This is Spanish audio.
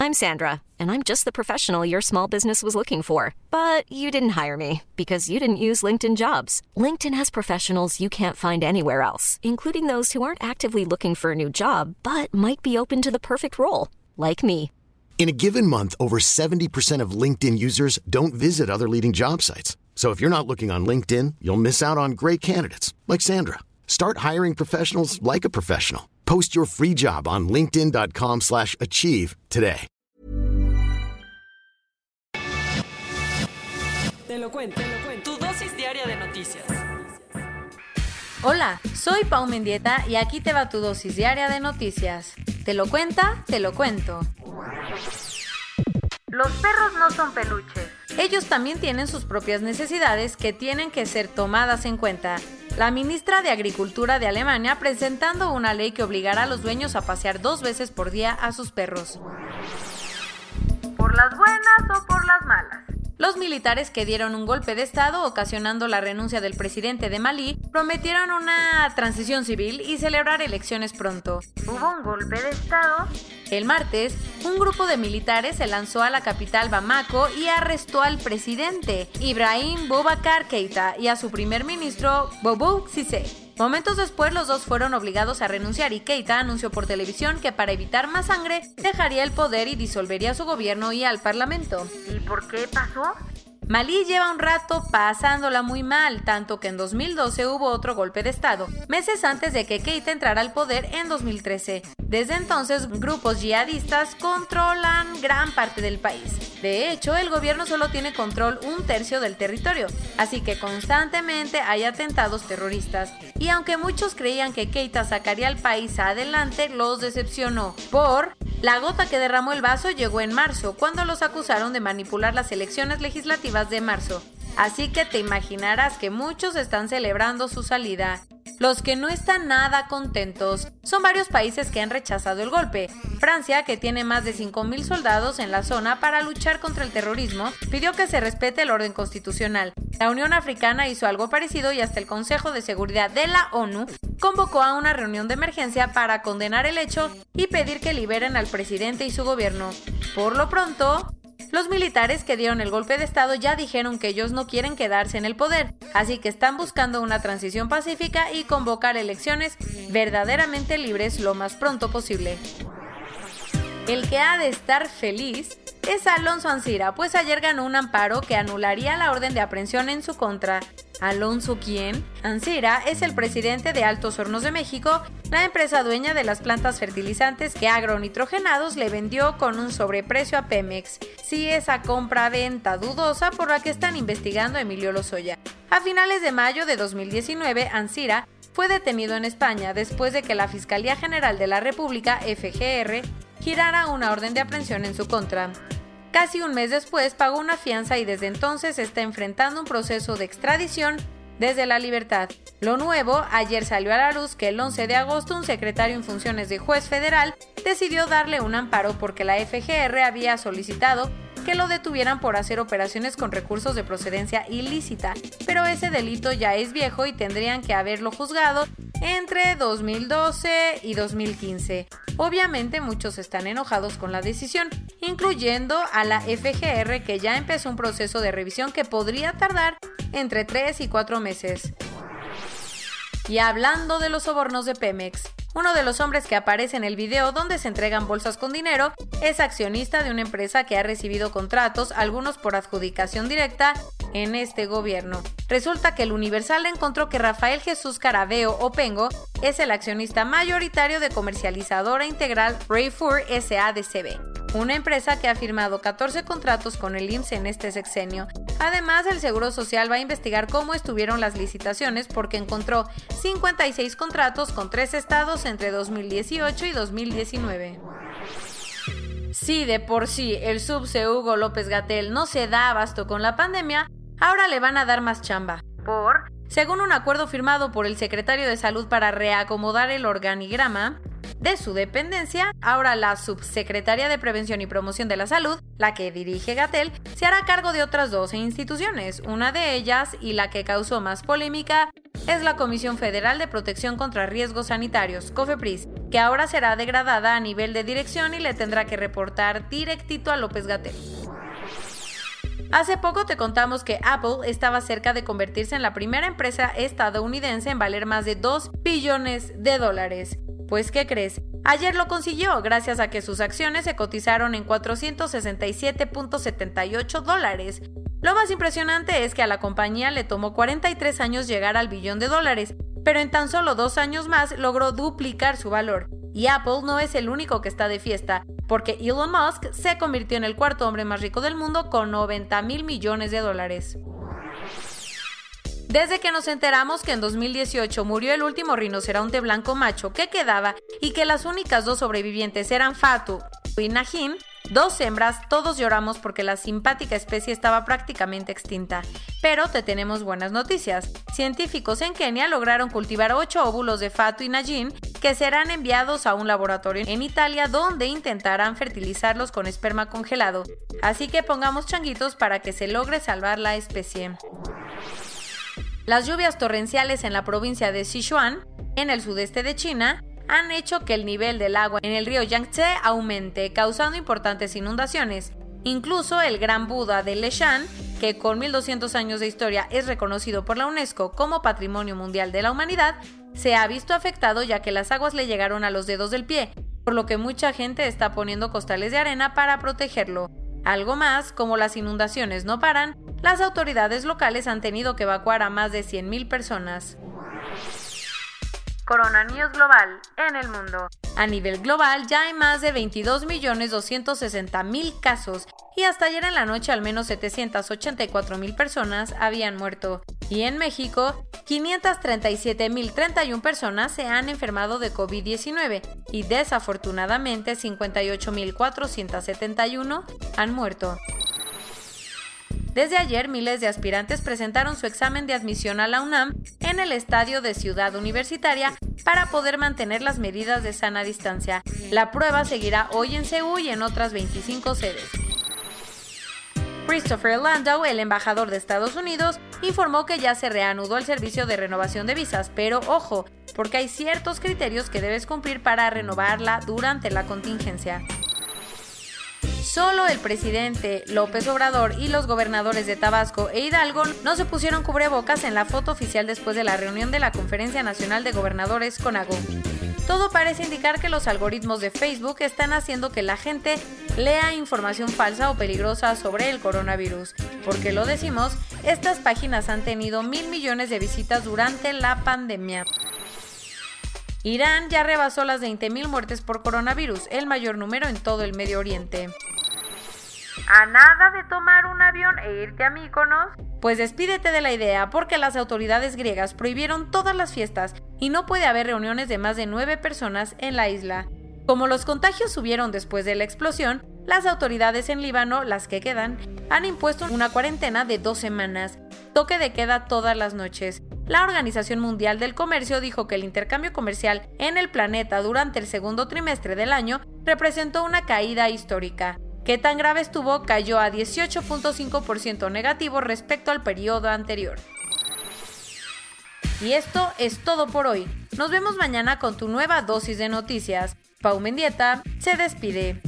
I'm Sandra, and I'm just the professional your small business was looking for. But you didn't hire me because you didn't use LinkedIn Jobs. LinkedIn has professionals you can't find anywhere else, including those who aren't actively looking for a new job, but might be open to the perfect role, like me. In a given month, over 70% of LinkedIn users don't visit other leading job sites. So if you're not looking on LinkedIn, you'll miss out on great candidates like Sandra. Start hiring professionals like a professional. Post your free job on linkedin.com/achieve today. Te lo cuento. Tu dosis diaria de noticias. Hola, soy Pau Mendieta y aquí te va tu dosis diaria de noticias. ¿Te lo cuenta? Te lo cuento. Los perros no son peluches. Ellos también tienen sus propias necesidades que tienen que ser tomadas en cuenta. La ministra de Agricultura de Alemania presentando una ley que obligará a los dueños a pasear 2 veces por día a sus perros. ¿Por las buenas o por las malas? Los militares que dieron un golpe de estado ocasionando la renuncia del presidente de Malí prometieron una transición civil y celebrar elecciones pronto. ¿Hubo un golpe de estado? El martes, un grupo de militares se lanzó a la capital Bamako y arrestó al presidente Ibrahim Boubacar Keïta y a su primer ministro Boubou Cissé. Momentos después, los dos fueron obligados a renunciar y Keïta anunció por televisión que para evitar más sangre dejaría el poder y disolvería su gobierno y al parlamento. ¿Y por qué pasó? Malí lleva un rato pasándola muy mal, tanto que en 2012 hubo otro golpe de estado, meses antes de que Keïta entrara al poder en 2013. Desde entonces, grupos yihadistas controlan gran parte del país. De hecho, el gobierno solo tiene control 1/3 del territorio, así que constantemente hay atentados terroristas. Y aunque muchos creían que Keïta sacaría al país adelante, los decepcionó. La gota que derramó el vaso llegó en marzo, cuando los acusaron de manipular las elecciones legislativas de marzo. Así que te imaginarás que muchos están celebrando su salida. Los que no están nada contentos son varios países que han rechazado el golpe. Francia, que tiene más de 5,000 soldados en la zona para luchar contra el terrorismo, pidió que se respete el orden constitucional. La Unión Africana hizo algo parecido y hasta el Consejo de Seguridad de la ONU convocó a una reunión de emergencia para condenar el hecho y pedir que liberen al presidente y su gobierno. Por lo pronto, los militares que dieron el golpe de estado ya dijeron que ellos no quieren quedarse en el poder, así que están buscando una transición pacífica y convocar elecciones verdaderamente libres lo más pronto posible. El que ha de estar feliz es Alonso Ancira, pues ayer ganó un amparo que anularía la orden de aprehensión en su contra. ¿Alonso quién? Ancira es el presidente de Altos Hornos de México, la empresa dueña de las plantas fertilizantes que agronitrogenados le vendió con un sobreprecio a Pemex. Sí, esa compra-venta dudosa por la que están investigando a Emilio Lozoya. A finales de mayo de 2019, Ancira fue detenido en España después de que la Fiscalía General de la República, FGR, girara una orden de aprehensión en su contra. Casi un mes después pagó una fianza y desde entonces está enfrentando un proceso de extradición desde la libertad. Lo nuevo, ayer salió a la luz que el 11 de agosto un secretario en funciones de juez federal decidió darle un amparo porque la FGR había solicitado que lo detuvieran por hacer operaciones con recursos de procedencia ilícita, pero ese delito ya es viejo y tendrían que haberlo juzgado entre 2012 y 2015. Obviamente muchos están enojados con la decisión, incluyendo a la FGR, que ya empezó un proceso de revisión que podría tardar entre 3 y 4 meses. Y hablando de los sobornos de Pemex, uno de los hombres que aparece en el video donde se entregan bolsas con dinero es accionista de una empresa que ha recibido contratos, algunos por adjudicación directa, en este gobierno. Resulta que el Universal encontró que Rafael Jesús Caraveo Opengo es el accionista mayoritario de comercializadora integral Rayfur S.A.D.C.B., una empresa que ha firmado 14 contratos con el IMSS en este sexenio. Además, el Seguro Social va a investigar cómo estuvieron las licitaciones porque encontró 56 contratos con 3 estados entre 2018 y 2019. Si de por sí el subse Hugo López-Gatell no se da abasto con la pandemia, ahora le van a dar más chamba. Según un acuerdo firmado por el secretario de Salud para reacomodar el organigrama de su dependencia, ahora la subsecretaria de Prevención y Promoción de la Salud, la que dirige Gatell, se hará cargo de otras 12 instituciones. Una de ellas, y la que causó más polémica, es la Comisión Federal de Protección contra Riesgos Sanitarios, COFEPRIS, que ahora será degradada a nivel de dirección y le tendrá que reportar directito a López-Gatell. Hace poco te contamos que Apple estaba cerca de convertirse en la primera empresa estadounidense en valer más de $2 billones. Pues, ¿qué crees? Ayer lo consiguió gracias a que sus acciones se cotizaron en $467.78. Lo más impresionante es que a la compañía le tomó 43 años llegar al $1 billón, pero en tan solo 2 años más logró duplicar su valor. Y Apple no es el único que está de fiesta, porque Elon Musk se convirtió en el 4º hombre más rico del mundo con $90,000 millones. Desde que nos enteramos que en 2018 murió el último rinoceronte blanco macho que quedaba y que las únicas 2 sobrevivientes eran Fatu y Najin, 2 hembras, todos lloramos porque la simpática especie estaba prácticamente extinta. Pero te tenemos buenas noticias. Científicos en Kenia lograron cultivar 8 óvulos de Fatu y Najin que serán enviados a un laboratorio en Italia donde intentarán fertilizarlos con esperma congelado. Así que pongamos changuitos para que se logre salvar la especie. Las lluvias torrenciales en la provincia de Sichuan, en el sudeste de China, han hecho que el nivel del agua en el río Yangtze aumente, causando importantes inundaciones. Incluso el Gran Buda de Leshan, que con 1200 años de historia es reconocido por la UNESCO como Patrimonio Mundial de la Humanidad, se ha visto afectado ya que las aguas le llegaron a los dedos del pie, por lo que mucha gente está poniendo costales de arena para protegerlo. Algo más, como las inundaciones no paran, las autoridades locales han tenido que evacuar a más de 100,000 personas. Corona News Global en el mundo. A nivel global ya hay más de 22.260.000 casos y hasta ayer en la noche al menos 784,000 personas habían muerto. Y en México, 537.031 personas se han enfermado de COVID-19 y desafortunadamente 58.471 han muerto. Desde ayer, miles de aspirantes presentaron su examen de admisión a la UNAM en el estadio de Ciudad Universitaria para poder mantener las medidas de sana distancia. La prueba seguirá hoy en Seúl y en otras 25 sedes. Christopher Landau, el embajador de Estados Unidos, informó que ya se reanudó el servicio de renovación de visas, pero ojo, porque hay ciertos criterios que debes cumplir para renovarla durante la contingencia. Solo el presidente López Obrador y los gobernadores de Tabasco e Hidalgo no se pusieron cubrebocas en la foto oficial después de la reunión de la Conferencia Nacional de Gobernadores CONAGO. Todo parece indicar que los algoritmos de Facebook están haciendo que la gente lea información falsa o peligrosa sobre el coronavirus. Porque lo decimos, estas páginas han tenido 1,000 millones de visitas durante la pandemia. Irán ya rebasó las 20,000 muertes por coronavirus, el mayor número en todo el Medio Oriente. ¿A nada de tomar un avión e irte a Mykonos? Pues despídete de la idea porque las autoridades griegas prohibieron todas las fiestas y no puede haber reuniones de más de 9 personas en la isla. Como los contagios subieron después de la explosión, las autoridades en Líbano, las que quedan, han impuesto una cuarentena de 2 semanas, toque de queda todas las noches. La Organización Mundial del Comercio dijo que el intercambio comercial en el planeta durante el segundo trimestre del año representó una caída histórica. ¿Qué tan grave estuvo? Cayó a 18.5% negativo respecto al periodo anterior. Y esto es todo por hoy. Nos vemos mañana con tu nueva dosis de noticias. Pau Mendieta se despide.